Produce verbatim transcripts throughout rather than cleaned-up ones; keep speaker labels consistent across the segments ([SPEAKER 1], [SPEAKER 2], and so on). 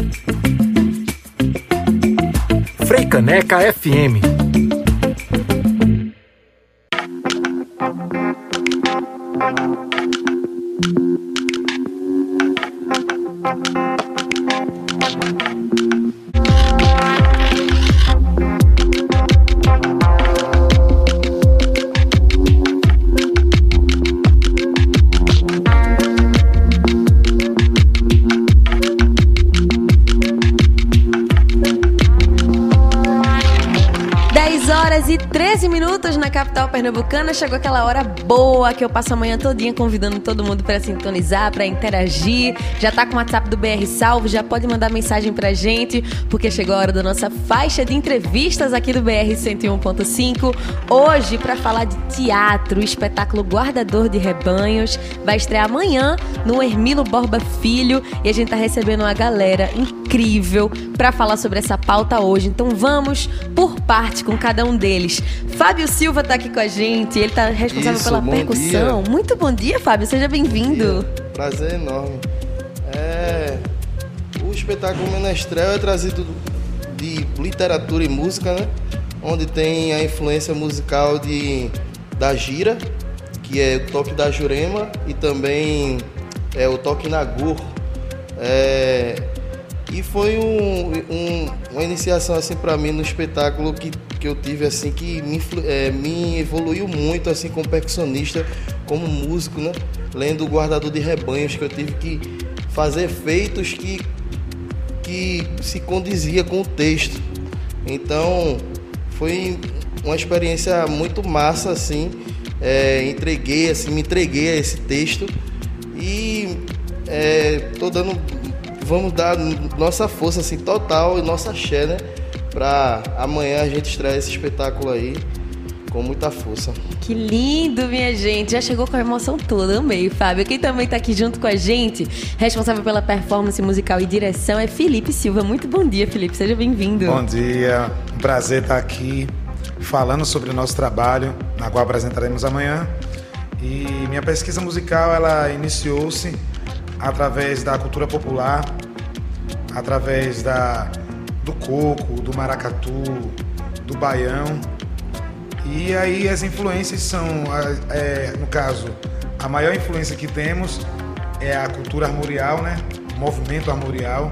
[SPEAKER 1] Freicaneca F M.
[SPEAKER 2] E treze minutos na capital pernambucana. Chegou aquela hora boa que eu passo a manhã todinha convidando todo mundo para sintonizar, para interagir. Já tá com o WhatsApp do B R salvo, já pode mandar mensagem pra gente, porque chegou a hora da nossa faixa de entrevistas aqui do B R cento e um ponto cinco. Hoje, para falar de teatro, o espetáculo Guardador de Rebanhos vai estrear amanhã no Hermilo Borba Filho, e a gente tá recebendo uma galera incrível para falar sobre essa pauta hoje. Então vamos por parte com cada um deles. Fábio Silva tá aqui com a gente, ele tá responsável
[SPEAKER 3] Isso,
[SPEAKER 2] pela
[SPEAKER 3] bom
[SPEAKER 2] percussão.
[SPEAKER 3] Dia.
[SPEAKER 2] Muito bom dia, Fábio, seja bem-vindo.
[SPEAKER 3] Prazer enorme. É, o espetáculo Menestrel é trazido de literatura e música, né? Onde tem a influência musical de, da gira, que é o toque da Jurema, e também é o toque Nagur. É, e foi um, um, uma iniciação assim para mim no espetáculo que, que eu tive assim que me, é, me evoluiu muito assim como percussionista, como músico, né? Lendo o Guardador de Rebanhos, que eu tive que fazer efeitos que, que se condizia com o texto. Então foi uma experiência muito massa assim. É, entreguei assim, me entreguei a esse texto e é, tô dando vamos dar nossa força assim, total e nossa axé, né? Pra amanhã a gente estrear esse espetáculo aí com muita força.
[SPEAKER 2] Que lindo, minha gente. Já chegou com a emoção toda. Amei, Fábio. Quem também tá aqui junto com a gente, responsável pela performance musical e direção, é Felipe Silva. Muito bom dia, Felipe. Seja bem-vindo.
[SPEAKER 4] Bom dia. Um prazer estar aqui falando sobre o nosso trabalho, na qual apresentaremos amanhã. E minha pesquisa musical, ela iniciou-se através da cultura popular, através da, do coco, do maracatu, do baião. E aí as influências são, é, no caso, a maior influência que temos é a cultura armorial, né? O movimento armorial.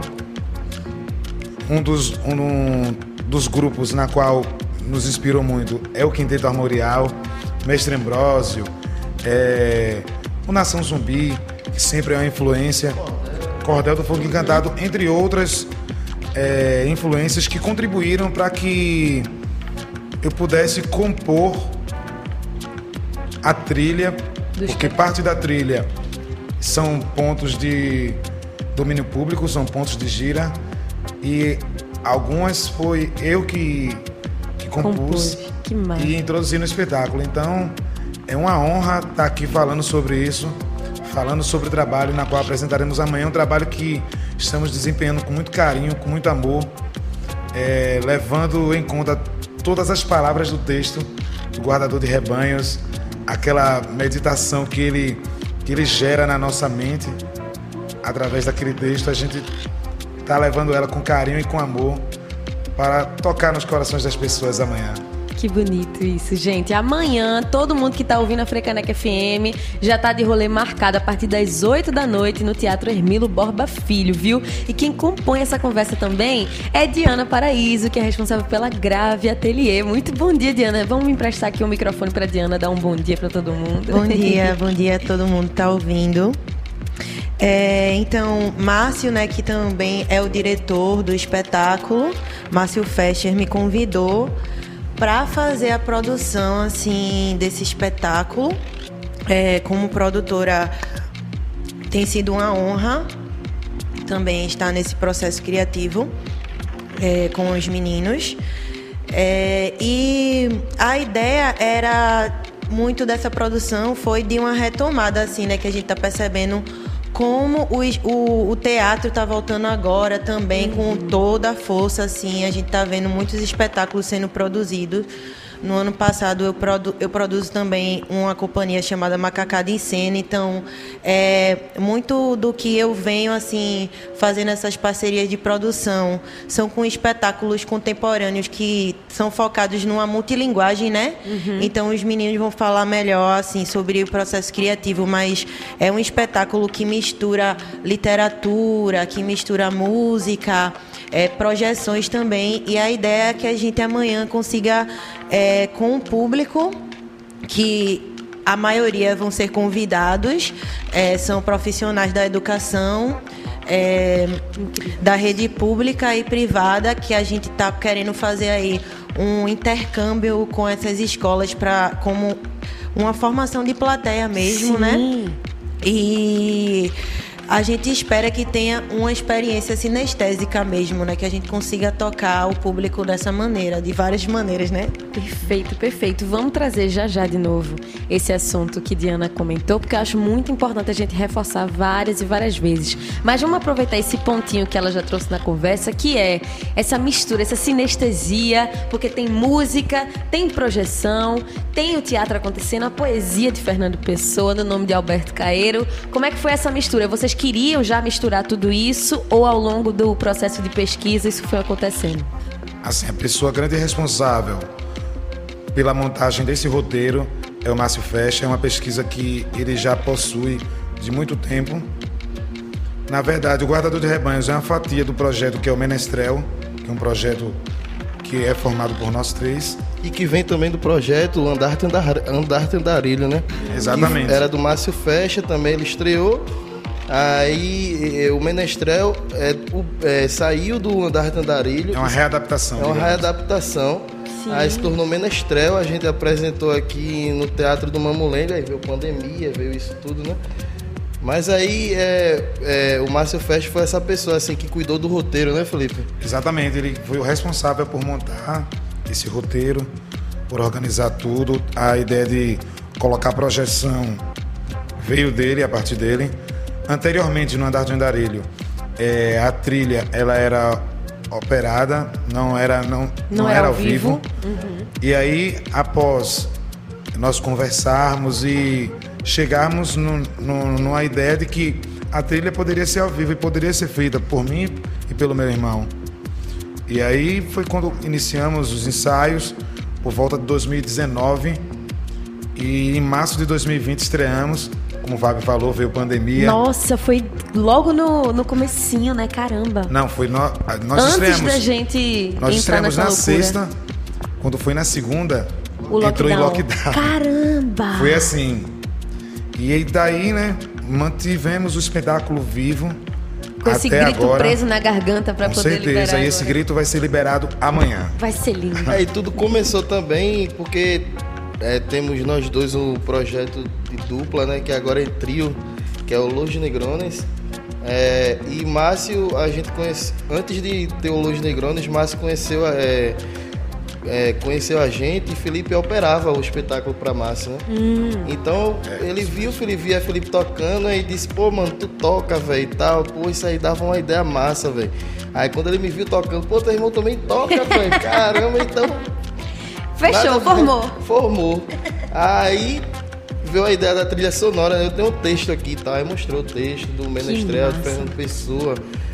[SPEAKER 4] Um dos, um dos grupos na qual nos inspirou muito é o Quinteto Armorial, Mestre Ambrósio, é, o Nação Zumbi, que sempre é uma influência, Cordel do Fogo Encantado, entre outras é, influências que contribuíram para que eu pudesse compor a trilha, porque parte da trilha são pontos de domínio público, são pontos de gira, e algumas foi eu que, que compus
[SPEAKER 2] que
[SPEAKER 4] e introduzi no espetáculo. Então é uma honra estar aqui falando sobre isso, falando sobre o trabalho na qual apresentaremos amanhã, um trabalho que estamos desempenhando com muito carinho, com muito amor, é, levando em conta todas as palavras do texto do Guardador de Rebanhos, aquela meditação que ele, que ele gera na nossa mente. Através daquele texto, a gente está levando ela com carinho e com amor para tocar nos corações das pessoas amanhã.
[SPEAKER 2] Que bonito isso, gente. Amanhã, todo mundo que tá ouvindo a Freicaneca F M já tá de rolê marcado a partir das oito da noite no Teatro Hermilo Borba Filho, viu? E quem compõe essa conversa também é Diana Paraíso, que é responsável pela Grave Atelier. Muito bom dia, Diana. Vamos me emprestar aqui o microfone pra Diana dar um bom dia pra todo mundo.
[SPEAKER 5] Bom dia, bom dia a todo mundo que tá ouvindo. É, então, Márcio, né, que também é o diretor do espetáculo, Márcio Fescher, me convidou para fazer a produção assim desse espetáculo. É, como produtora, tem sido uma honra também estar nesse processo criativo é, com os meninos. É, e a ideia era muito dessa produção foi de uma retomada assim, né, que a gente está percebendo como o, o, o teatro está voltando agora também, uhum, com toda a força, assim. A gente está vendo muitos espetáculos sendo produzidos No ano passado eu, produ eu produzo também uma companhia chamada Macacada em Cena, então é, muito do que eu venho assim fazendo essas parcerias de produção são com espetáculos contemporâneos que são focados numa multilinguagem, né? Uhum. Então os meninos vão falar melhor assim sobre o processo criativo, mas é um espetáculo que mistura literatura, que mistura música, é, projeções também, e a ideia é que a gente amanhã consiga, é, com o público, que a maioria vão ser convidados, é, são profissionais da educação, é, da rede pública e privada, que a gente está querendo fazer aí um intercâmbio com essas escolas para como uma formação de plateia mesmo, sim, né? E a gente espera que tenha uma experiência sinestésica mesmo, né? Que a gente consiga tocar o público dessa maneira, de várias maneiras, né?
[SPEAKER 2] Perfeito, perfeito. Vamos trazer já já de novo esse assunto que Diana comentou, porque eu acho muito importante a gente reforçar várias e várias vezes. Mas vamos aproveitar esse pontinho que ela já trouxe na conversa, que é essa mistura, essa sinestesia, porque tem música, tem projeção, tem o teatro acontecendo, a poesia de Fernando Pessoa, no nome de Alberto Caeiro. Como é que foi essa mistura? Vocês queriam já misturar tudo isso ou ao longo do processo de pesquisa isso foi acontecendo?
[SPEAKER 4] Assim, a pessoa grande e responsável pela montagem desse roteiro é o Márcio Festa. É uma pesquisa que ele já possui de muito tempo. Na verdade, o Guardador de Rebanhos é uma fatia do projeto que é o Menestrel, que é um projeto que é formado por nós três.
[SPEAKER 3] E que vem também do projeto Andarte Andar Andarilho, né?
[SPEAKER 4] Exatamente.
[SPEAKER 3] Que era do Márcio Festa, também ele estreou. Aí o Menestrel é, o, é, saiu do Andarte Andarilho.
[SPEAKER 4] É uma readaptação.
[SPEAKER 3] É uma digamos. readaptação. Sim. Aí se tornou Menestrel, a gente apresentou aqui no Teatro do Mamulengo, aí veio pandemia, veio isso tudo, né? Mas aí é, é, o Márcio Festa foi essa pessoa assim, que cuidou do roteiro, né, Felipe?
[SPEAKER 4] Exatamente, ele foi o responsável por montar esse roteiro, por organizar tudo. A ideia de colocar projeção veio dele, a partir dele. Anteriormente, no Andar de Andarilho, é, a trilha ela era operada, não era, não, não, não era, era ao vivo. vivo. Uhum. E aí, após nós conversarmos e chegarmos no, no, numa ideia de que a trilha poderia ser ao vivo e poderia ser feita por mim e pelo meu irmão. E aí foi quando iniciamos os ensaios, por volta de dois mil e dezenove, e em março de dois mil e vinte estreamos. Como o Fábio falou, veio pandemia.
[SPEAKER 2] Nossa, foi logo no, no comecinho, né? Caramba.
[SPEAKER 4] Não, foi no, nós
[SPEAKER 2] Antes
[SPEAKER 4] estreamos.
[SPEAKER 2] da gente
[SPEAKER 4] Nós
[SPEAKER 2] entrar
[SPEAKER 4] estreamos na
[SPEAKER 2] loucura.
[SPEAKER 4] sexta, quando foi na segunda,
[SPEAKER 2] o
[SPEAKER 4] entrou
[SPEAKER 2] lockdown.
[SPEAKER 4] em lockdown.
[SPEAKER 2] Caramba!
[SPEAKER 4] Foi assim. E daí, né, mantivemos o espetáculo vivo.
[SPEAKER 2] Com esse
[SPEAKER 4] até
[SPEAKER 2] grito
[SPEAKER 4] agora,
[SPEAKER 2] preso na garganta para poder
[SPEAKER 4] certeza,
[SPEAKER 2] liberar.
[SPEAKER 4] Com certeza, e esse grito vai ser liberado amanhã.
[SPEAKER 2] Vai ser lindo.
[SPEAKER 3] Aí tudo começou também porque é, temos nós dois um projeto de dupla, né, que agora é trio, que é o Los Negrones. É, e Márcio, a gente conhece, antes de ter o Los Negrones, Márcio conheceu, é, é, conheceu a gente e Felipe operava o espetáculo para Márcio, né? Hum. Então ele viu, Felipe, via Felipe tocando e disse, pô, mano, tu toca, velho, e tal. Pô, isso aí dava uma ideia massa, velho. Aí quando ele me viu tocando, pô, teu irmão também toca, velho, caramba, então...
[SPEAKER 2] Fechou, nada, formou.
[SPEAKER 3] Formou. Aí veio a ideia da trilha sonora, né? Eu tenho um texto aqui e tal, aí mostrou o texto do Menestrel, de Fernando Pessoa.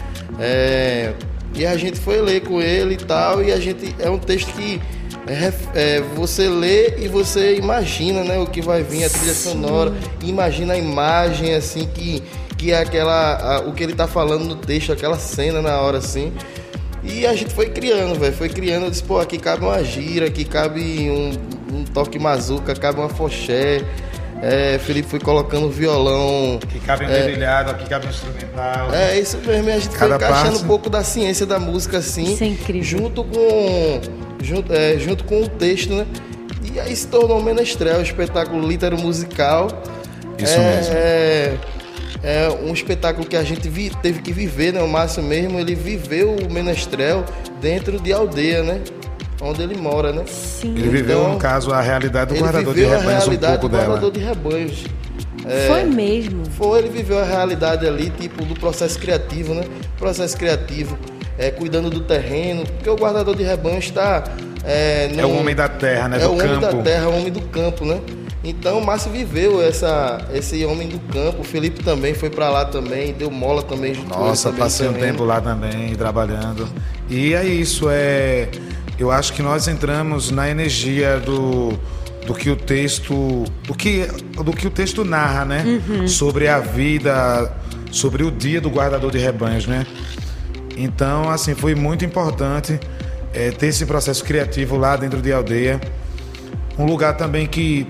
[SPEAKER 3] É, e a gente foi ler com ele e tal, e a gente, é um texto que é, é, você lê e você imagina, né, o que vai vir, a trilha Sim. sonora, imagina a imagem, assim, que, que é aquela, a, o que ele tá falando no texto, aquela cena na hora, assim. E a gente foi criando, velho, foi criando, eu disse, pô, aqui cabe uma gira, aqui cabe um, um toque mazuca, cabe uma foché. É, Felipe foi colocando violão.
[SPEAKER 4] Aqui cabe um
[SPEAKER 3] é,
[SPEAKER 4] dedilhado, aqui cabe um instrumental.
[SPEAKER 3] É, isso mesmo, a gente
[SPEAKER 4] Cada
[SPEAKER 3] foi encaixando
[SPEAKER 4] passo.
[SPEAKER 3] um pouco da ciência da música, assim.
[SPEAKER 2] Isso é incrível.
[SPEAKER 3] Junto com, junto, é, junto com o texto, né? E aí se tornou o Menestrel, um espetáculo litero musical.
[SPEAKER 4] Isso
[SPEAKER 3] é,
[SPEAKER 4] mesmo.
[SPEAKER 3] É, é um espetáculo que a gente vi, teve que viver, né? O Márcio mesmo, ele viveu o Menestrel dentro de aldeia, né? Onde ele mora, né?
[SPEAKER 2] Sim.
[SPEAKER 4] Ele viveu,
[SPEAKER 3] então,
[SPEAKER 4] no caso, a realidade do guardador de
[SPEAKER 3] Ele viveu a
[SPEAKER 4] rebanhos, um
[SPEAKER 3] realidade
[SPEAKER 4] pouco
[SPEAKER 3] do guardador
[SPEAKER 4] dela.
[SPEAKER 3] de rebanhos. É,
[SPEAKER 2] Foi mesmo.
[SPEAKER 3] Foi, ele viveu a realidade ali, tipo, do processo criativo, né? Processo criativo, é, cuidando do terreno, porque o guardador de rebanhos está É, não,
[SPEAKER 4] é o homem da terra, né?
[SPEAKER 3] É
[SPEAKER 4] do
[SPEAKER 3] o
[SPEAKER 4] campo.
[SPEAKER 3] homem da terra, o homem do campo, né? Então o Márcio viveu essa, esse homem do campo. O Felipe também foi pra lá também, deu mola também junto com ele
[SPEAKER 4] Nossa,
[SPEAKER 3] também,
[SPEAKER 4] passei um
[SPEAKER 3] também.
[SPEAKER 4] tempo lá também, trabalhando. E é isso, é... eu acho que nós entramos na energia do, do que o texto, do que, do que o texto narra, né? Uhum. Sobre a vida, sobre o dia do guardador de rebanhos, né? Então, assim, foi muito importante é, ter esse processo criativo lá dentro de Aldeia. Um lugar também que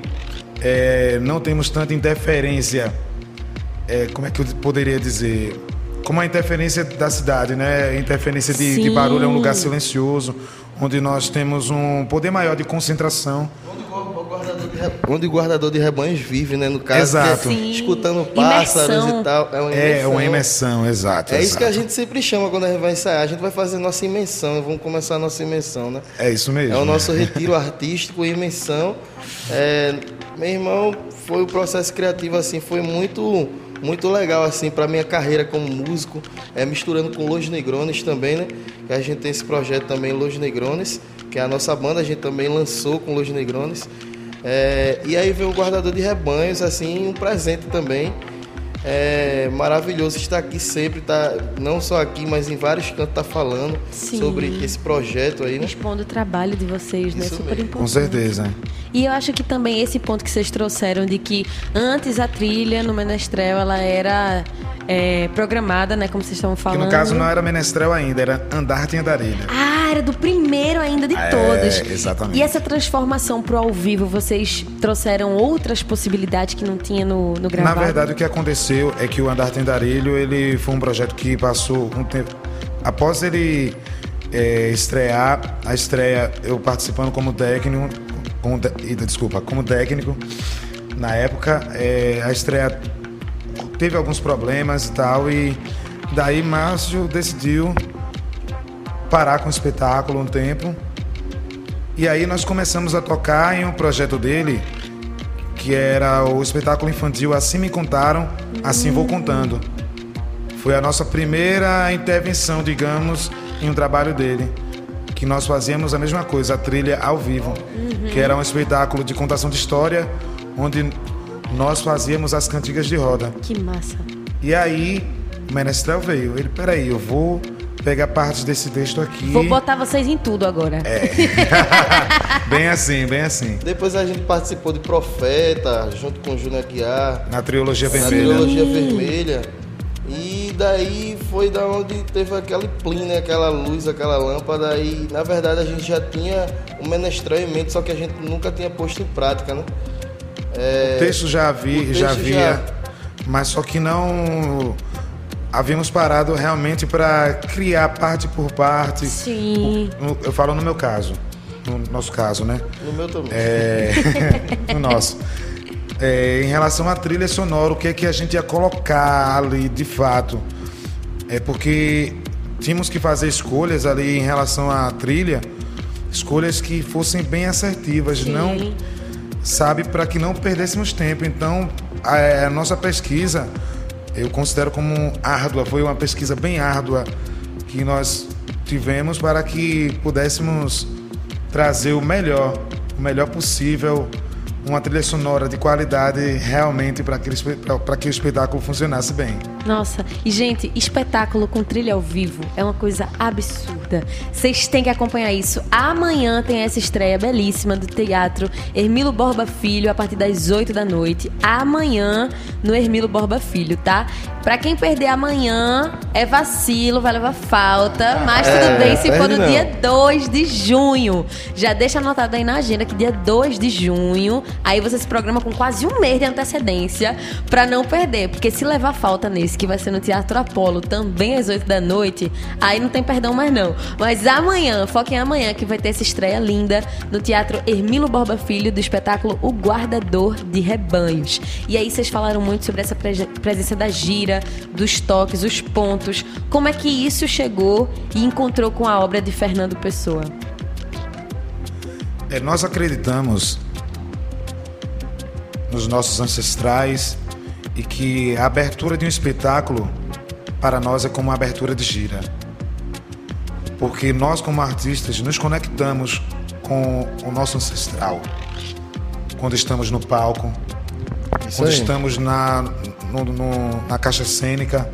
[SPEAKER 4] é, não temos tanta interferência, é, como é que eu poderia dizer? Como a interferência da cidade, né? Interferência de, de barulho, é um lugar silencioso, onde nós temos um poder maior de concentração.
[SPEAKER 3] Onde o guardador de rebanhos vive, né? No caso,
[SPEAKER 4] exato.
[SPEAKER 3] É, escutando pássaros imersão. E tal. É uma imersão. É
[SPEAKER 4] uma imersão, exato.
[SPEAKER 3] É
[SPEAKER 4] exato.
[SPEAKER 3] isso que a gente sempre chama quando a gente vai ensaiar. A gente vai fazer nossa imersão, vamos começar a nossa imersão, né?
[SPEAKER 4] É isso mesmo.
[SPEAKER 3] É o nosso retiro artístico e imersão. É, meu irmão, foi o processo criativo, assim, foi muito... muito legal, assim, para minha carreira como músico, é, misturando com Los Negrones também, né? Que a gente tem esse projeto também, Los Negrones, que é a nossa banda, a gente também lançou com Los Negrones. É, e aí veio o Guardador de Rebanhos, assim, um presente também. É maravilhoso estar aqui sempre, tá, não só aqui, mas em vários cantos tá falando Sim. sobre esse projeto aí, né?
[SPEAKER 2] Expondo o trabalho de vocês, né?
[SPEAKER 3] Isso
[SPEAKER 2] Super
[SPEAKER 3] mesmo.
[SPEAKER 2] importante.
[SPEAKER 4] Com certeza.
[SPEAKER 2] E eu acho que também esse ponto que vocês trouxeram de que antes a trilha no Menestrel, ela era é, programada, né? Como vocês estavam falando.
[SPEAKER 4] Que no caso não era Menestrel ainda, era Andarte em Andarilha.
[SPEAKER 2] Ah, era do primeiro ainda de é, todos.
[SPEAKER 4] Exatamente.
[SPEAKER 2] E essa transformação pro ao vivo, vocês trouxeram outras possibilidades que não tinha no, no gravado?
[SPEAKER 4] Na verdade, o que aconteceu é que o Andarte em Andarilho, ele foi um projeto que passou um tempo... Após ele é, estrear, a estreia, eu participando como técnico, como, desculpa, como técnico, na época, é, a estreia teve alguns problemas e tal, e daí Márcio decidiu parar com o espetáculo um tempo, e aí nós começamos a tocar em um projeto dele, que era o espetáculo infantil Assim Me Contaram, Assim Vou Contando. Foi a nossa primeira intervenção, digamos, em um trabalho dele, que nós fazíamos a mesma coisa, a trilha ao vivo, uhum. que era um espetáculo de contação de história, onde nós fazíamos as cantigas de roda.
[SPEAKER 2] Que massa.
[SPEAKER 4] E aí, o Menestrel veio. Ele, peraí, eu vou pegar partes desse texto aqui.
[SPEAKER 2] Vou botar vocês em tudo agora.
[SPEAKER 4] É. Bem assim, bem assim.
[SPEAKER 3] Depois a gente participou de Profeta, junto com o Júnior Aguiar.
[SPEAKER 4] Na Trilogia
[SPEAKER 3] Sim.
[SPEAKER 4] Vermelha.
[SPEAKER 3] Na Trilogia Vermelha. E daí foi da onde teve aquele plim, né? Aquela luz, aquela lâmpada. E na verdade a gente já tinha o Menestrel em mente, só que a gente nunca tinha posto em prática, né?
[SPEAKER 4] É, o texto já havia, já havia já... mas só que não... Havíamos parado realmente para criar parte por parte.
[SPEAKER 2] Sim.
[SPEAKER 4] Eu falo no meu caso, no nosso caso, né?
[SPEAKER 3] No meu também.
[SPEAKER 4] É, no nosso. É, em relação à trilha sonora, o que é que a gente ia colocar ali de fato? É porque tínhamos que fazer escolhas ali em relação à trilha, escolhas que fossem bem assertivas,
[SPEAKER 2] Sim.
[SPEAKER 4] não, sabe, para que não perdêssemos tempo. Então, a, a nossa pesquisa, eu considero como árdua, foi uma pesquisa bem árdua que nós tivemos para que pudéssemos trazer o melhor, o melhor possível, uma trilha sonora de qualidade realmente para que, que o espetáculo funcionasse bem.
[SPEAKER 2] Nossa, e gente, espetáculo com trilha ao vivo é uma coisa absurda. Vocês têm que acompanhar isso. Amanhã tem essa estreia belíssima do Teatro Hermilo Borba Filho, a partir das oito da noite. Amanhã no Hermilo Borba Filho, tá? Pra quem perder amanhã, é vacilo, vai levar falta, mas tudo é, bem se for no não. dia dois de junho. Já deixa anotado aí na agenda que dia dois de junho, aí você se programa com quase um mês de antecedência pra não perder, porque se levar falta nesse, que vai ser no Teatro Apolo, também às oito da noite, aí não tem perdão mais não. Mas amanhã, foquem amanhã, que vai ter essa estreia linda no Teatro Hermilo Borba Filho, do espetáculo O Guardador de Rebanhos. E aí vocês falaram muito sobre essa presença da gira, dos toques, os pontos. Como é que isso chegou e encontrou com a obra de Fernando Pessoa?
[SPEAKER 4] É, nós acreditamos nos nossos ancestrais e que a abertura de um espetáculo para nós é como uma abertura de gira, porque nós como artistas nos conectamos com o nosso ancestral. Quando estamos no palco,
[SPEAKER 3] Isso
[SPEAKER 4] quando
[SPEAKER 3] aí.
[SPEAKER 4] estamos na, no, no, na caixa cênica,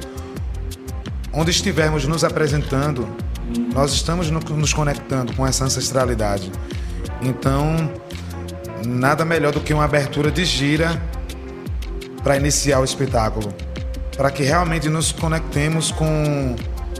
[SPEAKER 4] onde estivermos nos apresentando, nós estamos no, nos conectando com essa ancestralidade. Então, nada melhor do que uma abertura de gira para iniciar o espetáculo, para que realmente nos conectemos com,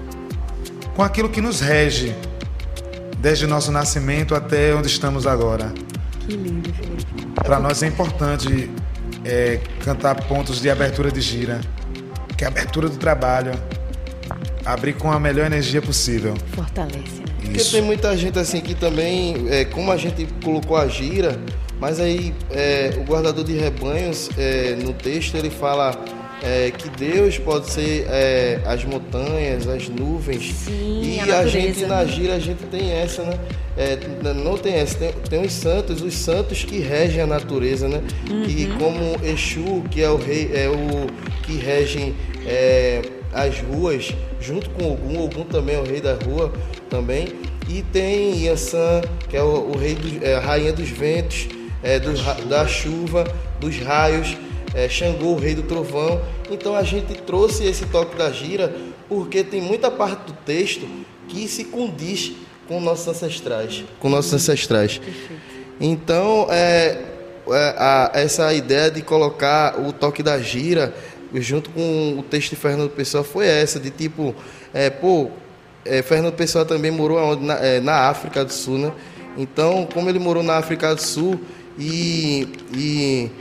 [SPEAKER 4] com aquilo que nos rege, desde nosso nascimento até onde estamos agora.
[SPEAKER 2] Que lindo, Felipe.
[SPEAKER 4] Para nós é importante é, cantar pontos de abertura de gira, que é a abertura do trabalho, abrir com a melhor energia possível.
[SPEAKER 2] Fortalece, né?
[SPEAKER 3] Porque
[SPEAKER 4] Isso.
[SPEAKER 3] tem muita gente assim que também, é, como a gente colocou a gira, mas aí é, o guardador de rebanhos, é, no texto ele fala é, que Deus pode ser é, as montanhas, as nuvens.
[SPEAKER 2] Sim,
[SPEAKER 3] e
[SPEAKER 2] a
[SPEAKER 3] a,
[SPEAKER 2] natureza.
[SPEAKER 3] gente na gira a gente tem essa, né? É, não tem essa, tem, tem os santos, os santos que regem a natureza, né?
[SPEAKER 2] Uhum.
[SPEAKER 3] E como Exu, que é o rei, é o que regem é, as ruas, junto com Ogum, Ogum também é o rei da rua também. E tem Yansan, que é o, o rei do, é, a rainha dos ventos, é, do, da chuva, dos raios, é, Xangô, o rei do trovão. Então a gente trouxe esse toque da gira porque tem muita parte do texto que se condiz com nossos ancestrais, com nossos ancestrais. Então é, é, a, essa ideia de colocar o toque da gira junto com o texto de Fernando Pessoa foi essa, de tipo, é, pô, é, Fernando Pessoa também morou aonde? Na, é, na África do Sul, né? Então, como ele morou na África do Sul e, e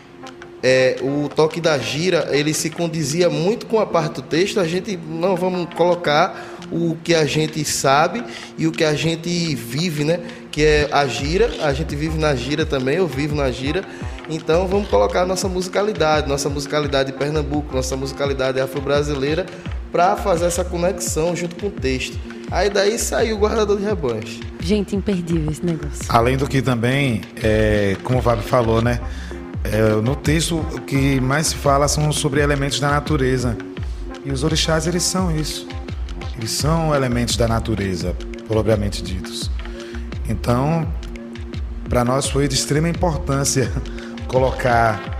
[SPEAKER 3] é, o toque da gira, ele se condizia muito com a parte do texto, a gente não vamos colocar o que a gente sabe e o que a gente vive, né? Que é a gira, a gente vive na gira também, eu vivo na gira. Então vamos colocar a nossa musicalidade, nossa musicalidade de Pernambuco, nossa musicalidade afro-brasileira para fazer essa conexão junto com o texto. Aí daí saiu o Guardador de Rebanhos.
[SPEAKER 2] Gente, imperdível esse negócio.
[SPEAKER 4] Além do que também, é, como o Fábio falou, né? É, no texto o que mais se fala são sobre elementos da natureza. E os orixás, eles são isso. Eles são elementos da natureza, propriamente ditos. Então, para nós foi de extrema importância colocar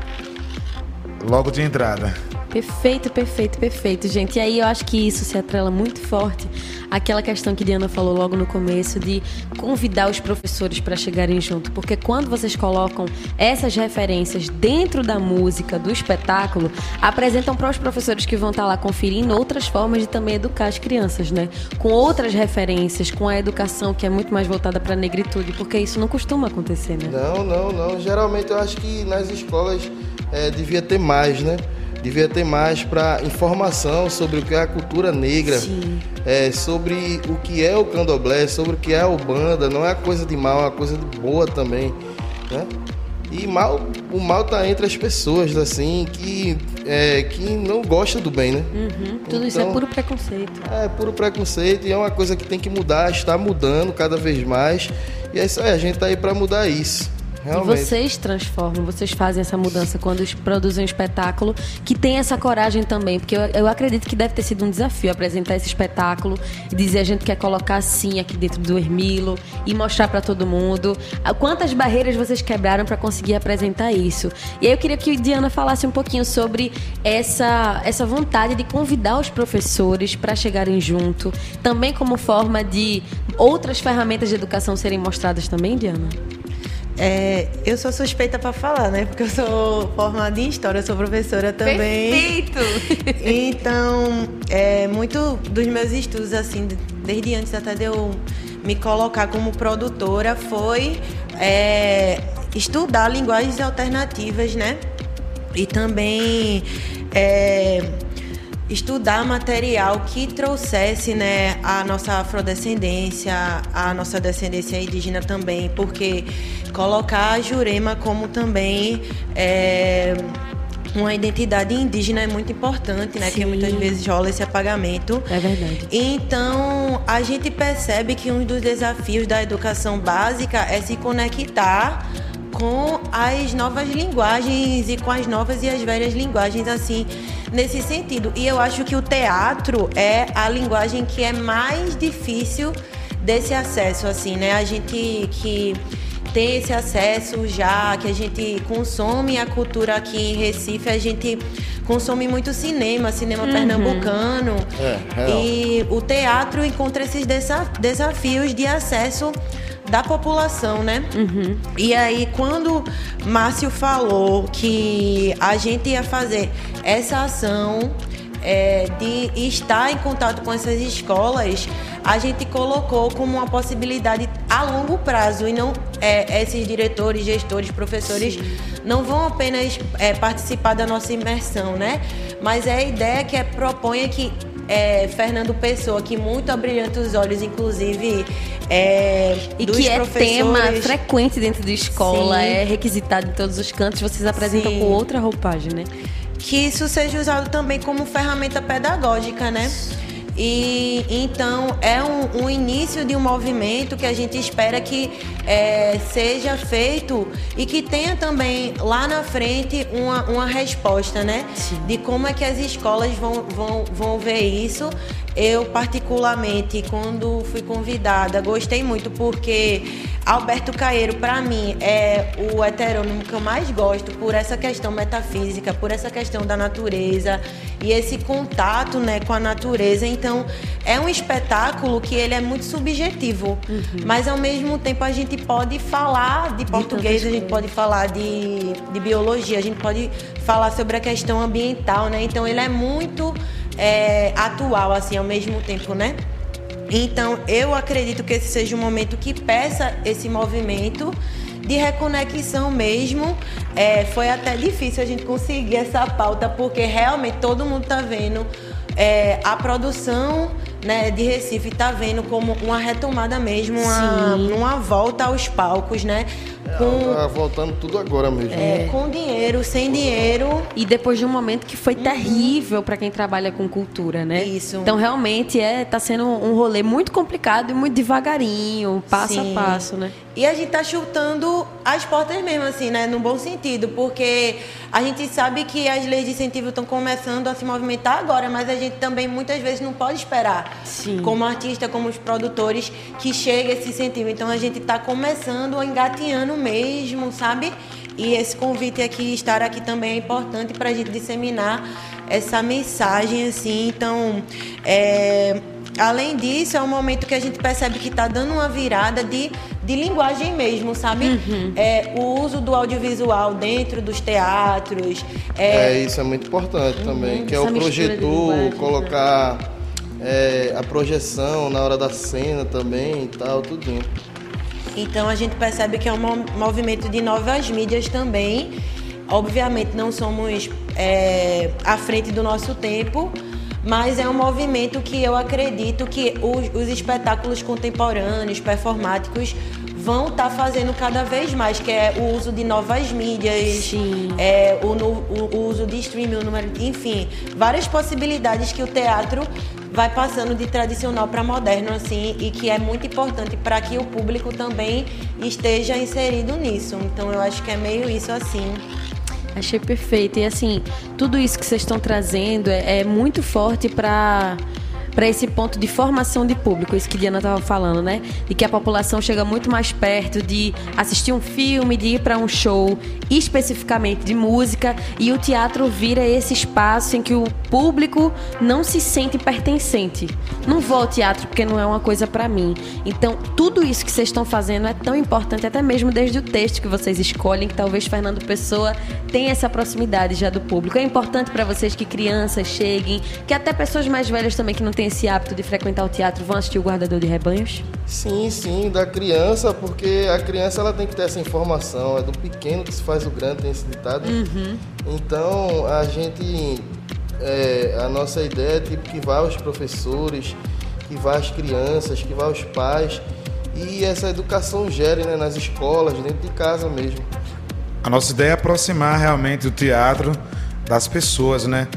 [SPEAKER 4] logo de entrada.
[SPEAKER 2] Perfeito, perfeito, perfeito, gente. E aí eu acho que isso se atrela muito forte àquela questão que Diana falou logo no começo de convidar os professores para chegarem junto. Porque quando vocês colocam essas referências dentro da música, do espetáculo, apresentam para os professores que vão estar lá conferindo outras formas de também educar as crianças, né? Com outras referências, com a educação que é muito mais voltada para a negritude, porque isso não costuma acontecer, né?
[SPEAKER 3] Não, não, não. Geralmente eu acho que nas escolas é, devia ter mais, né? Devia ter mais para informação sobre o que é a cultura negra, é, sobre o que é o candomblé, sobre o que é a Umbanda. Não é coisa de mal, é uma coisa de boa também, né? E mal, o mal tá entre as pessoas, assim, que, é, que não gostam do bem, né?
[SPEAKER 2] Uhum, tudo
[SPEAKER 3] Então,
[SPEAKER 2] isso é puro preconceito.
[SPEAKER 3] É puro preconceito e é uma coisa que tem que mudar, está mudando cada vez mais. E é isso aí, a gente tá aí para mudar isso. Realmente.
[SPEAKER 2] E vocês transformam, vocês fazem essa mudança quando produzem um espetáculo que tem essa coragem também, porque eu, eu acredito que deve ter sido um desafio apresentar esse espetáculo e dizer a gente quer colocar assim aqui dentro do Ermilo e mostrar para todo mundo. Quantas barreiras vocês quebraram para conseguir apresentar isso? E aí eu queria que Diana falasse um pouquinho sobre essa, essa vontade de convidar os professores para chegarem junto, também como forma de outras ferramentas de educação serem mostradas também, Diana?
[SPEAKER 5] É, eu sou suspeita para falar, né? Porque eu sou formada em História, eu sou professora também.
[SPEAKER 2] Perfeito!
[SPEAKER 5] Então, é, muito dos meus estudos, assim, desde antes até de eu me colocar como produtora, foi é, estudar linguagens alternativas, né? E também é, estudar material que trouxesse, né, a nossa afrodescendência, a nossa descendência indígena também, porque colocar a Jurema como também é, uma identidade indígena é muito importante, né?
[SPEAKER 2] Sim.
[SPEAKER 5] Porque muitas vezes rola esse apagamento.
[SPEAKER 2] É verdade.
[SPEAKER 5] Então, a gente percebe que um dos desafios da educação básica é se conectar com as novas linguagens e com as novas e as velhas linguagens, assim, nesse sentido. E eu acho que o teatro é a linguagem que é mais difícil desse acesso, assim, né? A gente que tem esse acesso já, que a gente consome a cultura aqui em Recife, a gente consome muito cinema, cinema uhum. pernambucano.
[SPEAKER 3] É, real.
[SPEAKER 5] E o teatro encontra esses desafios de acesso da população, né? Uhum. E aí, quando Márcio falou que a gente ia fazer essa ação é, de estar em contato com essas escolas, a gente colocou como uma possibilidade a longo prazo e não é, esses diretores, gestores, professores Sim. não vão apenas é, participar da nossa imersão, né? Mas é a ideia que é, propõe que é, Fernando Pessoa, que muito abrilhanta os olhos, inclusive é,
[SPEAKER 2] e
[SPEAKER 5] dos
[SPEAKER 2] que é
[SPEAKER 5] professores.
[SPEAKER 2] tema frequente dentro da escola,
[SPEAKER 5] Sim.
[SPEAKER 2] é requisitado em todos os cantos, vocês apresentam Sim. com outra roupagem, né?
[SPEAKER 5] Que isso seja usado também como ferramenta pedagógica, né? E então é um, um início de um movimento que a gente espera que é, seja feito e que tenha também lá na frente uma, uma resposta, né? Sim. De como é que as escolas vão, vão, vão ver isso. Eu, particularmente, quando fui convidada, gostei muito porque Alberto Caeiro, para mim, é o heterônimo que eu mais gosto por essa questão metafísica, por essa questão da natureza e esse contato, né, com a natureza. Então, é um espetáculo que ele é muito subjetivo, uhum. mas, ao mesmo tempo, a gente pode falar de português, de a gente pode falar de, de biologia, a gente pode falar sobre a questão ambiental, né? Então, ele é muito... É, atual, assim, ao mesmo tempo, né? Então, eu acredito que esse seja um momento que peça esse movimento de reconexão mesmo. É, foi até difícil a gente conseguir essa pauta, porque realmente todo mundo tá vendo é, a produção, né, de Recife, tá vendo como uma retomada mesmo, uma, uma volta aos palcos, né?
[SPEAKER 3] Com, tá voltando tudo agora mesmo.
[SPEAKER 5] É, com dinheiro, sem dinheiro.
[SPEAKER 2] E depois de um momento que foi uhum. terrível para quem trabalha com cultura, né?
[SPEAKER 5] Isso.
[SPEAKER 2] Então, realmente, é, tá sendo um rolê muito complicado e muito devagarinho, passo
[SPEAKER 5] Sim.
[SPEAKER 2] a passo, né?
[SPEAKER 5] E a gente tá chutando as portas mesmo, assim, né? No bom sentido, porque a gente sabe que as leis de incentivo estão começando a se movimentar agora, mas a gente também, muitas vezes, não pode esperar,
[SPEAKER 2] Sim.
[SPEAKER 5] como artista, como os produtores, que chegue esse incentivo. Então, a gente tá começando, engatinhando mesmo, sabe? E esse convite aqui, estar aqui também é importante para a gente disseminar essa mensagem, assim. Então, é, além disso, é um momento que a gente percebe que está dando uma virada de, de linguagem mesmo, sabe? Uhum. É, o uso do audiovisual dentro dos teatros.
[SPEAKER 3] É, é isso é muito importante uhum. também, que é o projetor, colocar é, a projeção na hora da cena também e tal, tudinho.
[SPEAKER 5] Então, a gente percebe que é um movimento de novas mídias também. Obviamente, não somos é, à frente do nosso tempo, mas é um movimento que eu acredito que os, os espetáculos contemporâneos, performáticos, vão estar tá fazendo cada vez mais, que é o uso de novas mídias, é, o, o, o uso de streaming, o número, enfim, várias possibilidades que o teatro vai passando de tradicional para moderno, assim, e que é muito importante para que o público também esteja inserido nisso. Então, eu acho que é meio isso, assim.
[SPEAKER 2] Achei perfeito. E, assim, tudo isso que vocês estão trazendo é, é muito forte para... para esse ponto de formação de público, isso que Diana estava falando, né? De que a população chega muito mais perto de assistir um filme, de ir para um show, especificamente de música, e o teatro vira esse espaço em que o público não se sente pertencente. Não vou ao teatro porque não é uma coisa para mim. Então, tudo isso que vocês estão fazendo é tão importante, até mesmo desde o texto que vocês escolhem, que talvez Fernando Pessoa tenha essa proximidade já do público. É importante para vocês que crianças cheguem, que até pessoas mais velhas também que não têm esse hábito de frequentar o teatro vão assistir o Guardador de Rebanhos?
[SPEAKER 3] Sim, sim, da criança, porque a criança ela tem que ter essa informação, é do pequeno que se faz o grande, tem esse ditado. Uhum. Então, a gente, é, a nossa ideia é tipo, que vá aos professores, que vá às crianças, que vá aos pais, e essa educação gere, né, nas escolas, dentro de casa mesmo.
[SPEAKER 4] A nossa ideia é aproximar realmente o teatro das pessoas, né?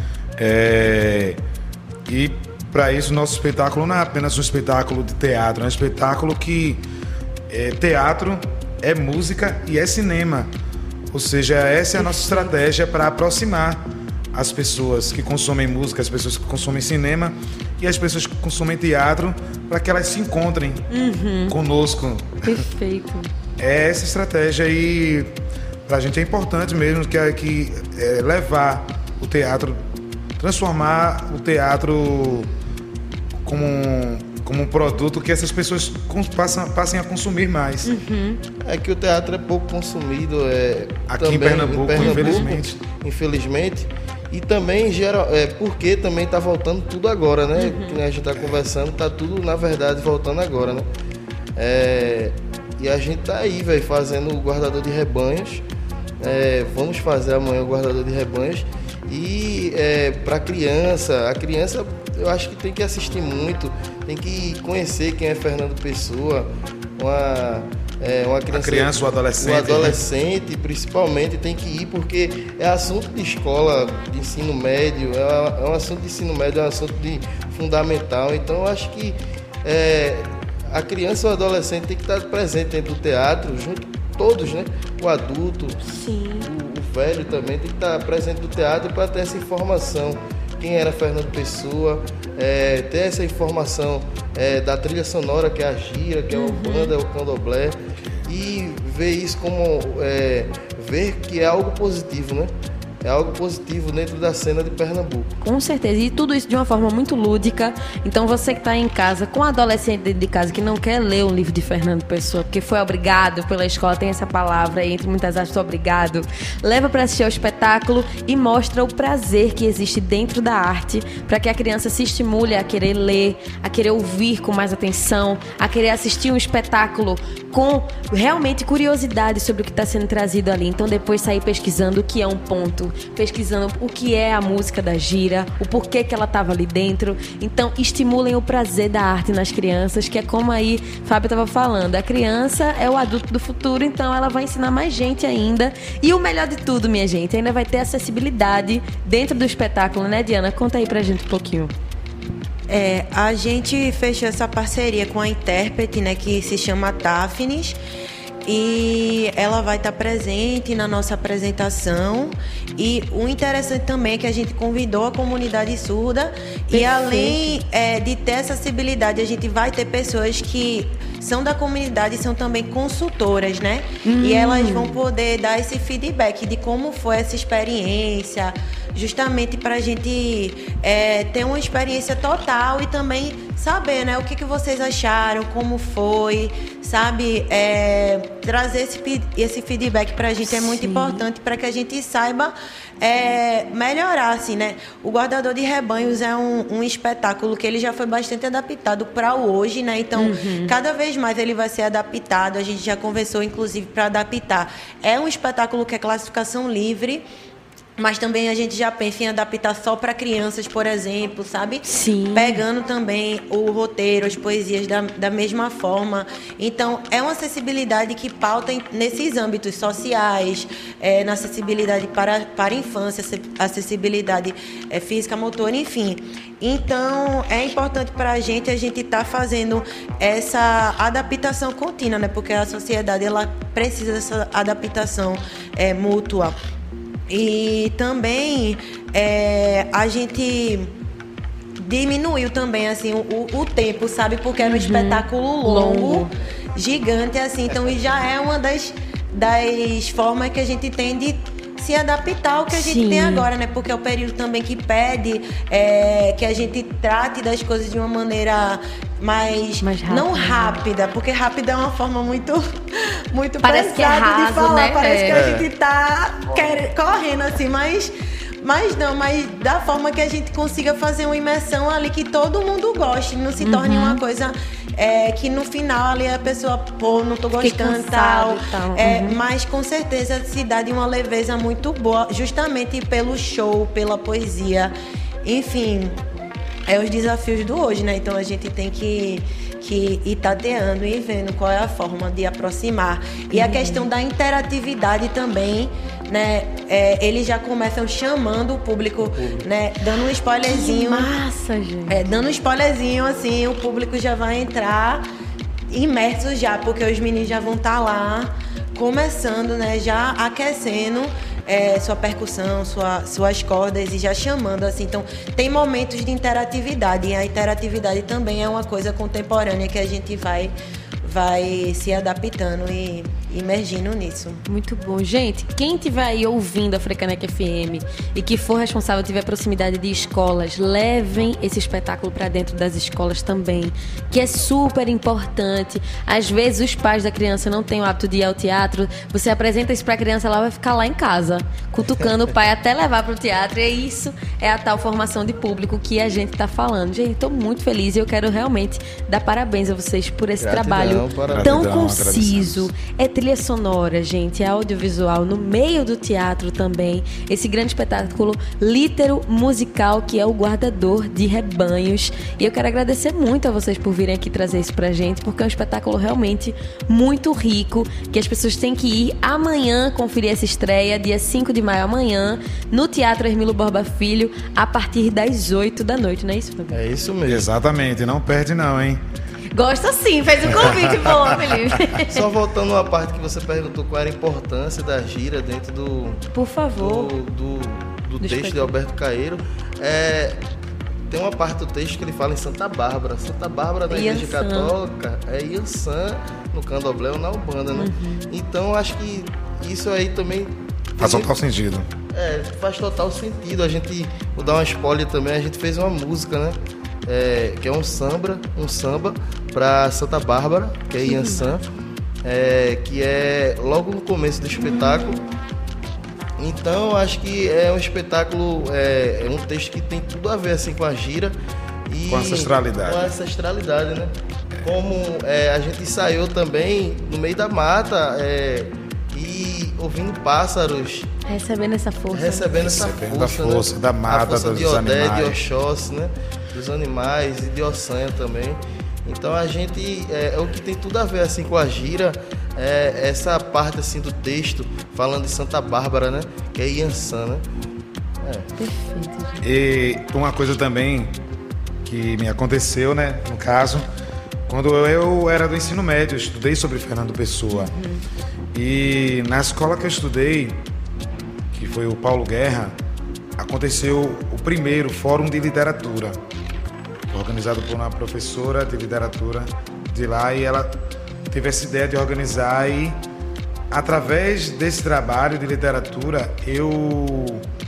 [SPEAKER 4] É... E para isso, nosso espetáculo não é apenas um espetáculo de teatro, é um espetáculo que é teatro, é música e é cinema. Ou seja, essa é a nossa estratégia para aproximar as pessoas que consomem música, as pessoas que consomem cinema e as pessoas que consomem teatro, para que elas se encontrem uhum. conosco.
[SPEAKER 2] Perfeito.
[SPEAKER 4] É essa estratégia e para a gente é importante mesmo que, que é, levar o teatro, transformar o teatro como um, como um produto que essas pessoas passam, passem a consumir mais.
[SPEAKER 2] Uhum.
[SPEAKER 3] É que o teatro é pouco consumido é,
[SPEAKER 4] aqui
[SPEAKER 3] também,
[SPEAKER 4] em, Pernambuco,
[SPEAKER 3] em Pernambuco,
[SPEAKER 4] infelizmente.
[SPEAKER 3] Infelizmente. E também, geral, é, porque também está voltando tudo agora, né?
[SPEAKER 2] Uhum.
[SPEAKER 3] Que a gente está conversando, está tudo, na verdade, voltando agora, né? É, e a gente tá aí, velho, fazendo o guardador de rebanhos. É, vamos fazer amanhã o guardador de rebanhos. E é, para criança, a criança eu acho que tem que assistir muito, tem que conhecer quem é Fernando Pessoa, uma, é, uma criança,
[SPEAKER 4] a criança, o adolescente.
[SPEAKER 3] O adolescente, né? Principalmente, tem que ir, porque é assunto de escola, de ensino médio, é, é um assunto de ensino médio, é um assunto de fundamental. Então eu acho que é, a criança ou o adolescente tem que estar presente dentro do teatro, junto com todos, né? O adulto,
[SPEAKER 2] Sim.
[SPEAKER 3] O, o velho também tem que estar presente no teatro para ter essa informação. Quem era Fernando Pessoa, é, ter essa informação é, da trilha sonora, que é a gira, que é
[SPEAKER 2] uhum.
[SPEAKER 3] o banda, é o candomblé, e ver isso como, é, ver que é algo positivo, né? É algo positivo dentro da cena de Pernambuco.
[SPEAKER 2] Com certeza, e tudo isso de uma forma muito lúdica. Então você que está em casa, com um adolescente dentro de casa que não quer ler um livro de Fernando Pessoa, porque foi obrigado pela escola, tem essa palavra aí, entre muitas aspas, obrigado, leva para assistir ao espetáculo e mostra o prazer que existe dentro da arte, para que a criança se estimule a querer ler, a querer ouvir com mais atenção, a querer assistir um espetáculo com realmente curiosidade sobre o que está sendo trazido ali. Então depois sair pesquisando o que é um ponto, pesquisando o que é a música da gira, o porquê que ela estava ali dentro. Então estimulem o prazer da arte nas crianças, que é como aí Fábio estava falando, a criança é o adulto do futuro, então ela vai ensinar mais gente ainda. E o melhor de tudo, minha gente, ainda vai ter acessibilidade dentro do espetáculo, né, Diana? Conta aí pra gente um pouquinho.
[SPEAKER 5] É, a gente fechou essa parceria com a intérprete, né, que se chama Daphnis, e ela vai estar presente na nossa apresentação. E o interessante também é que a gente convidou a comunidade surda. Perfeito. E além é, de ter essa acessibilidade, a gente vai ter pessoas que são da comunidade e são também consultoras, né? Hum. E elas vão poder dar esse feedback de como foi essa experiência, justamente para a gente é, ter uma experiência total e também saber, né, o que, que vocês acharam, como foi, sabe? É, trazer esse, esse feedback para a gente. Sim. É muito importante para que a gente saiba é, melhorar, assim, né? O Guardador de Rebanhos é um, um espetáculo que ele já foi bastante adaptado para o hoje, né? Então, uhum. cada vez mais ele vai ser adaptado. A gente já conversou, inclusive, para adaptar. É um espetáculo que é classificação livre, mas também a gente já pensa em adaptar só para crianças, por exemplo, sabe?
[SPEAKER 2] Sim.
[SPEAKER 5] Pegando também o roteiro, as poesias da, da mesma forma. Então, é uma acessibilidade que pauta em, nesses âmbitos sociais, é, na acessibilidade para, para a infância, acessibilidade é, física, motora, enfim. Então, é importante para a gente a gente estar tá fazendo essa adaptação contínua, né? Porque a sociedade ela precisa dessa adaptação é, mútua. E também é, a gente diminuiu também assim, o, o tempo, sabe? Porque era um uhum. espetáculo longo, longo, gigante, assim. Então, já é uma das, das formas que a gente tem de se adaptar ao que a gente Sim. tem agora, né? Porque é o período também que pede é, que a gente trate das coisas de uma maneira mais,
[SPEAKER 2] mais rápida.
[SPEAKER 5] Não rápida, porque rápida é uma forma muito, muito
[SPEAKER 2] parece que é raso,
[SPEAKER 5] de falar.
[SPEAKER 2] Né?
[SPEAKER 5] Parece
[SPEAKER 2] é.
[SPEAKER 5] que a gente tá quer, correndo assim, mas... Mas não, mas da forma que a gente consiga fazer uma imersão ali que todo mundo goste, não se torne uhum. uma coisa é, que no final ali a pessoa, pô, não tô gostando tal.
[SPEAKER 2] E tal.
[SPEAKER 5] É,
[SPEAKER 2] uhum.
[SPEAKER 5] Mas com certeza se dá de uma leveza muito boa, justamente pelo show, pela poesia, enfim, é os desafios do hoje, né? Então a gente tem que... que ir tateando e vendo qual é a forma de aproximar. E uhum. a questão da interatividade também, né? É, eles já começam chamando o público, uhum. né? Dando um spoilerzinho.
[SPEAKER 2] Que massa, gente.
[SPEAKER 5] É, dando um spoilerzinho, assim, o público já vai entrar imerso já, porque os meninos já vão estar lá começando, né? Já aquecendo é, sua percussão, sua, suas cordas e já chamando, assim. Então, tem momentos de interatividade e a interatividade também é uma coisa contemporânea que a gente vai, vai se adaptando e imergindo nisso.
[SPEAKER 2] Muito bom. Gente, quem estiver aí ouvindo a Frecaneca F M e que for responsável, tiver proximidade de escolas, levem esse espetáculo para dentro das escolas também, que é super importante. Às vezes os pais da criança não têm o hábito de ir ao teatro, você apresenta isso para a criança, ela vai ficar lá em casa, cutucando o pai até levar para o teatro, e isso é a tal formação de público que a gente está falando. Gente, estou muito feliz e eu quero realmente dar parabéns a vocês por esse
[SPEAKER 3] Gratidão,
[SPEAKER 2] trabalho
[SPEAKER 3] parabéns.
[SPEAKER 2] tão
[SPEAKER 4] Gratidão,
[SPEAKER 2] conciso. É trilha sonora, gente, é audiovisual, no meio do teatro também. Esse grande espetáculo lítero musical que é o Guardador de Rebanhos. E eu quero agradecer muito a vocês por virem aqui trazer isso pra gente, porque é um espetáculo realmente muito rico, que as pessoas têm que ir amanhã conferir essa estreia, dia cinco de maio, amanhã, no Teatro Hermílio Borba Filho, a partir das oito da noite, não é isso, Fábio?
[SPEAKER 3] É isso mesmo.
[SPEAKER 4] Exatamente, não perde não, hein?
[SPEAKER 2] Gosta sim, fez um convite bom, Felipe.
[SPEAKER 3] Só voltando uma parte que você perguntou qual era a importância da gira dentro do,
[SPEAKER 2] Por favor.
[SPEAKER 3] do, do, do
[SPEAKER 2] Do
[SPEAKER 3] texto de Alberto Caeiro. É, tem uma parte do texto que ele fala em Santa Bárbara. Santa Bárbara da Igreja
[SPEAKER 2] Iansã.
[SPEAKER 3] Católica é Iansã no Candomblé ou na Umbanda, né?
[SPEAKER 2] Uhum.
[SPEAKER 3] Então acho que isso aí também
[SPEAKER 4] Faz total sentido.
[SPEAKER 3] É, faz total sentido. A gente, vou dar uma spoiler também, a gente fez uma música, né? É, que é um samba, um samba para Santa Bárbara, que é Iansã, é, que é logo no começo do espetáculo. Então acho que é um espetáculo, é, é um texto que tem tudo a ver assim com a gira e
[SPEAKER 4] Com a ancestralidade.
[SPEAKER 3] com a ancestralidade, né? Como é, a gente ensaiou também no meio da mata é, e ouvindo pássaros.
[SPEAKER 2] Recebendo essa força.
[SPEAKER 3] Recebendo essa
[SPEAKER 4] Recebendo a
[SPEAKER 3] força,
[SPEAKER 4] força
[SPEAKER 3] né?
[SPEAKER 4] da mata,
[SPEAKER 3] a força
[SPEAKER 4] dos
[SPEAKER 3] de Odé,
[SPEAKER 4] animais.
[SPEAKER 3] de Oxóssi, né? Dos animais e de Ossanha também. Então a gente, é, é o que tem tudo a ver assim com a gira, é essa parte assim do texto, falando de Santa Bárbara, né? Que é Iansã, né? É.
[SPEAKER 2] Perfeito, gente.
[SPEAKER 4] E uma coisa também que me aconteceu, né, no caso, quando eu era do ensino médio, eu estudei sobre Fernando Pessoa. E na escola que eu estudei, que foi o Paulo Guerra, aconteceu o primeiro Fórum de Literatura, organizado por uma professora de literatura de lá, e ela teve essa ideia de organizar, e através desse trabalho de literatura, eu...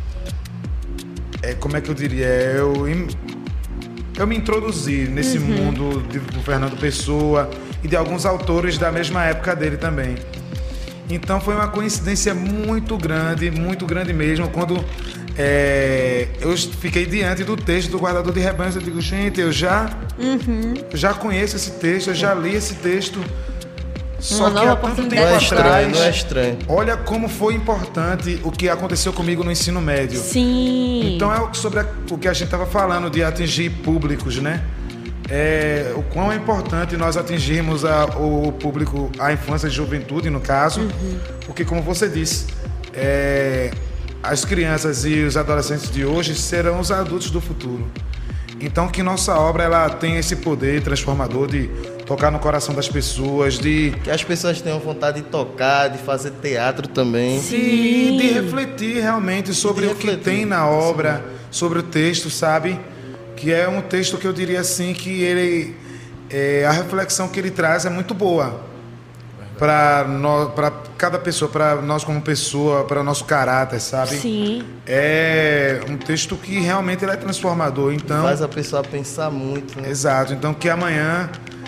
[SPEAKER 4] É, como é que eu diria? Eu, eu me introduzi nesse
[SPEAKER 2] Uhum.
[SPEAKER 4] mundo de, do Fernando Pessoa e de alguns autores da mesma época dele também. Então foi uma coincidência muito grande, muito grande mesmo, quando é, eu fiquei diante do texto do Guardador de Rebanhos. Eu digo, gente, eu já,
[SPEAKER 2] Uhum.
[SPEAKER 4] já conheço esse texto, eu já li esse texto. Só
[SPEAKER 2] Uma
[SPEAKER 4] que
[SPEAKER 2] nova
[SPEAKER 4] há tanto
[SPEAKER 2] oportunidade.
[SPEAKER 4] tempo
[SPEAKER 3] Não é estranho,
[SPEAKER 4] atrás,
[SPEAKER 3] não é estranho.
[SPEAKER 4] olha como foi importante o que aconteceu comigo no ensino médio.
[SPEAKER 2] Sim.
[SPEAKER 4] Então é sobre a- o que a gente estava falando, de atingir públicos, né? É, o quão é importante nós atingirmos a- o público, a infância e juventude, no caso, porque, como você disse, é, as crianças e os adolescentes de hoje serão os adultos do futuro. Então, que nossa obra ela tem esse poder transformador de tocar no coração das pessoas, de
[SPEAKER 3] Que as pessoas tenham vontade de tocar, de fazer teatro também.
[SPEAKER 4] E de refletir realmente sobre
[SPEAKER 3] De
[SPEAKER 4] o que
[SPEAKER 3] refletir,
[SPEAKER 4] tem na obra, sobre o texto, sabe? Que é um texto que eu diria assim que ele, é, a reflexão que ele traz é muito boa para para cada pessoa, para nós como pessoa, para nosso caráter, sabe?
[SPEAKER 2] Sim.
[SPEAKER 4] É um texto que realmente ele é transformador. Então,
[SPEAKER 3] Faz a pessoa pensar muito, né?
[SPEAKER 4] exato. Então que amanhã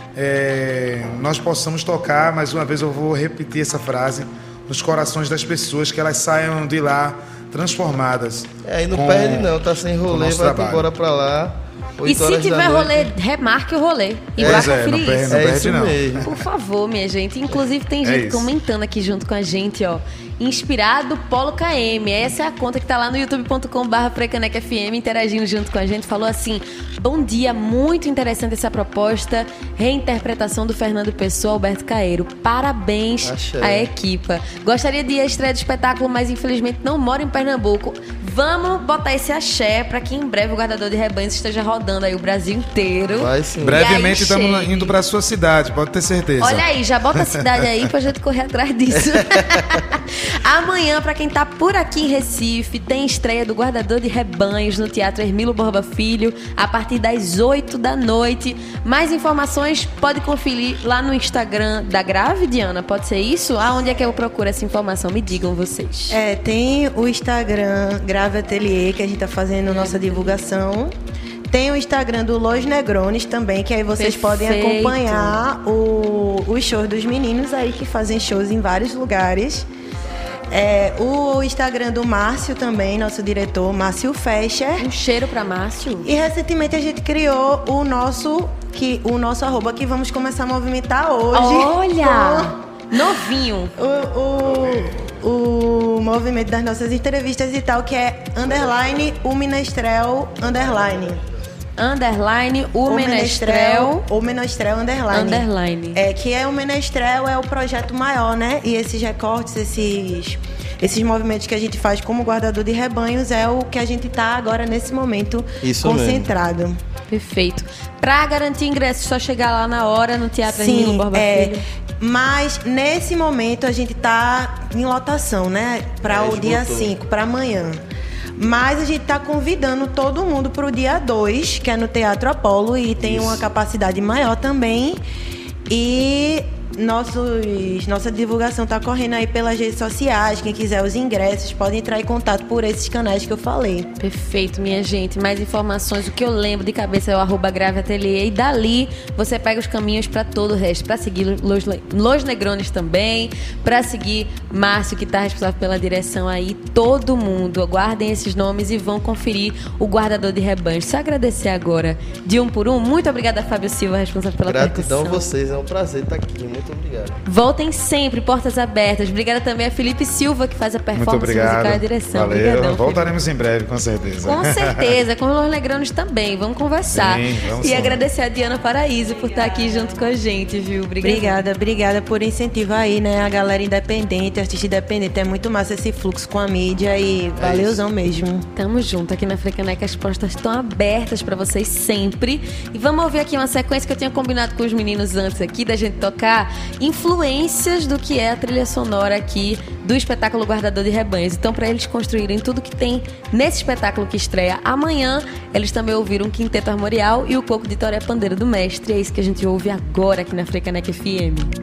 [SPEAKER 4] é, nós possamos tocar, mais uma vez eu vou repetir essa frase, nos corações das pessoas, que elas saiam de lá transformadas.
[SPEAKER 3] É, aí não
[SPEAKER 4] com-
[SPEAKER 3] perde não, tá sem
[SPEAKER 4] com o
[SPEAKER 3] rolê,
[SPEAKER 4] nosso
[SPEAKER 3] vai
[SPEAKER 4] trabalho.
[SPEAKER 3] embora pra lá.
[SPEAKER 2] E
[SPEAKER 3] oito
[SPEAKER 2] se
[SPEAKER 3] horas da
[SPEAKER 2] tiver
[SPEAKER 3] noite.
[SPEAKER 2] rolê, remarque o rolê. E
[SPEAKER 3] É,
[SPEAKER 2] vai
[SPEAKER 4] Pois é,
[SPEAKER 2] conferir
[SPEAKER 4] não perde,
[SPEAKER 2] isso.
[SPEAKER 4] não
[SPEAKER 3] É
[SPEAKER 4] perde
[SPEAKER 3] isso
[SPEAKER 4] não.
[SPEAKER 3] mesmo.
[SPEAKER 2] Por favor, minha gente. Inclusive, tem
[SPEAKER 4] É
[SPEAKER 2] gente
[SPEAKER 4] isso.
[SPEAKER 2] comentando aqui junto com a gente, ó. Inspirado Polo K M. Essa é a conta que tá lá no youtube ponto com barra Frecaneca F M, interagindo junto com a gente. Falou assim: bom dia, muito interessante essa proposta. Reinterpretação do Fernando Pessoa, Alberto Caeiro. Parabéns
[SPEAKER 3] Axé.
[SPEAKER 2] à equipa. Gostaria de ir à estreia do espetáculo, mas infelizmente não moro em Pernambuco. Vamos botar esse axé pra que em breve o Guardador de Rebanhos esteja rodando aí o Brasil inteiro.
[SPEAKER 3] Vai sim.
[SPEAKER 4] Brevemente
[SPEAKER 2] E aí,
[SPEAKER 4] estamos
[SPEAKER 2] chegue.
[SPEAKER 4] indo para a sua cidade, pode ter certeza.
[SPEAKER 2] Olha aí, já bota a cidade aí pra gente correr atrás disso. Amanhã, pra quem tá por aqui em Recife, tem estreia do Guardador de Rebanhos no Teatro Hermílio Borba Filho, a partir das oito da noite. Mais informações pode conferir lá no Instagram da Grave, Diana, pode ser isso? Aonde é que eu procuro essa informação? Me digam vocês.
[SPEAKER 5] É, tem o Instagram Grave Atelier, que a gente tá fazendo nossa divulgação. Tem o Instagram do Los Negrones também, que aí vocês
[SPEAKER 2] Perfeito.
[SPEAKER 5] podem acompanhar o, os shows dos meninos aí que fazem shows em vários lugares. É, o Instagram do Márcio também, nosso diretor, Márcio Fescher.
[SPEAKER 2] Um cheiro pra Márcio.
[SPEAKER 5] E recentemente a gente criou o nosso, que, o nosso arroba que vamos começar a movimentar hoje.
[SPEAKER 2] Olha! Novinho.
[SPEAKER 5] O, o, o movimento das nossas entrevistas e tal, que é underline o Minestrel underline.
[SPEAKER 2] Underline o,
[SPEAKER 5] O
[SPEAKER 2] Menestrel.
[SPEAKER 5] O Menestrel underline.
[SPEAKER 2] Underline.
[SPEAKER 5] É, que é o Menestrel, é o projeto maior, né? E esses recortes, esses, esses movimentos que a gente faz como guardador de rebanhos é o que a gente tá agora nesse momento
[SPEAKER 3] Isso
[SPEAKER 5] concentrado.
[SPEAKER 3] mesmo.
[SPEAKER 2] Perfeito. Pra garantir ingresso, só chegar lá na hora no Teatro Hermílio
[SPEAKER 5] Sim,
[SPEAKER 2] Borba
[SPEAKER 5] é,
[SPEAKER 2] Filho.
[SPEAKER 5] mas nesse momento a gente tá em lotação, né? Para
[SPEAKER 3] É,
[SPEAKER 5] o dia
[SPEAKER 3] esgotou.
[SPEAKER 5] cinco, para amanhã. Mas a gente tá convidando todo mundo pro dia dois, que é no Teatro Apolo, e tem
[SPEAKER 3] Isso.
[SPEAKER 5] uma capacidade maior também. E nossos, nossa divulgação tá correndo aí pelas redes sociais. Quem quiser os ingressos pode entrar em contato por esses canais que eu falei.
[SPEAKER 2] Perfeito, minha gente. Mais informações, o que eu lembro de cabeça é o arroba Grave Atelier. E dali você pega os caminhos pra todo o resto. Pra seguir Los, Los Negrones também. Pra seguir Márcio, que tá responsável pela direção aí. Todo mundo. Aguardem esses nomes e vão conferir o Guardador de Rebanhos. Só agradecer agora, de um por um. Muito obrigada, Fábio Silva, responsável pela
[SPEAKER 3] Gratidão a
[SPEAKER 2] percussão.
[SPEAKER 3] vocês, é um prazer estar aqui. Muito obrigado.
[SPEAKER 2] Voltem sempre, portas abertas. Obrigada também a Felipe Silva, que faz a performance
[SPEAKER 4] Muito obrigado.
[SPEAKER 2] musical e a direção.
[SPEAKER 4] Valeu.
[SPEAKER 2] Obrigadão,
[SPEAKER 4] Voltaremos em breve, com certeza.
[SPEAKER 2] Com certeza, com os Los Negrones também. Vamos conversar.
[SPEAKER 4] Sim, vamos
[SPEAKER 2] e
[SPEAKER 4] sim.
[SPEAKER 2] agradecer a Diana Paraíso por estar aqui junto com a gente, viu? Obrigada.
[SPEAKER 5] Obrigada, obrigada por incentivar aí, né? A galera independente, artista independente. É muito massa esse fluxo com a mídia e valeuzão mesmo.
[SPEAKER 2] Tamo junto aqui na Frecaneca. As portas estão abertas pra vocês sempre. E vamos ouvir aqui uma sequência que eu tinha combinado com os meninos antes aqui da gente tocar. Influências do que é a trilha sonora aqui do espetáculo Guardador de Rebanhos. Então, pra eles construírem tudo que tem nesse espetáculo que estreia amanhã, eles também ouviram o Quinteto Armorial e o Coco de Toré Pandeiro do Mestre. É isso que a gente ouve agora aqui na Frecaneca F M.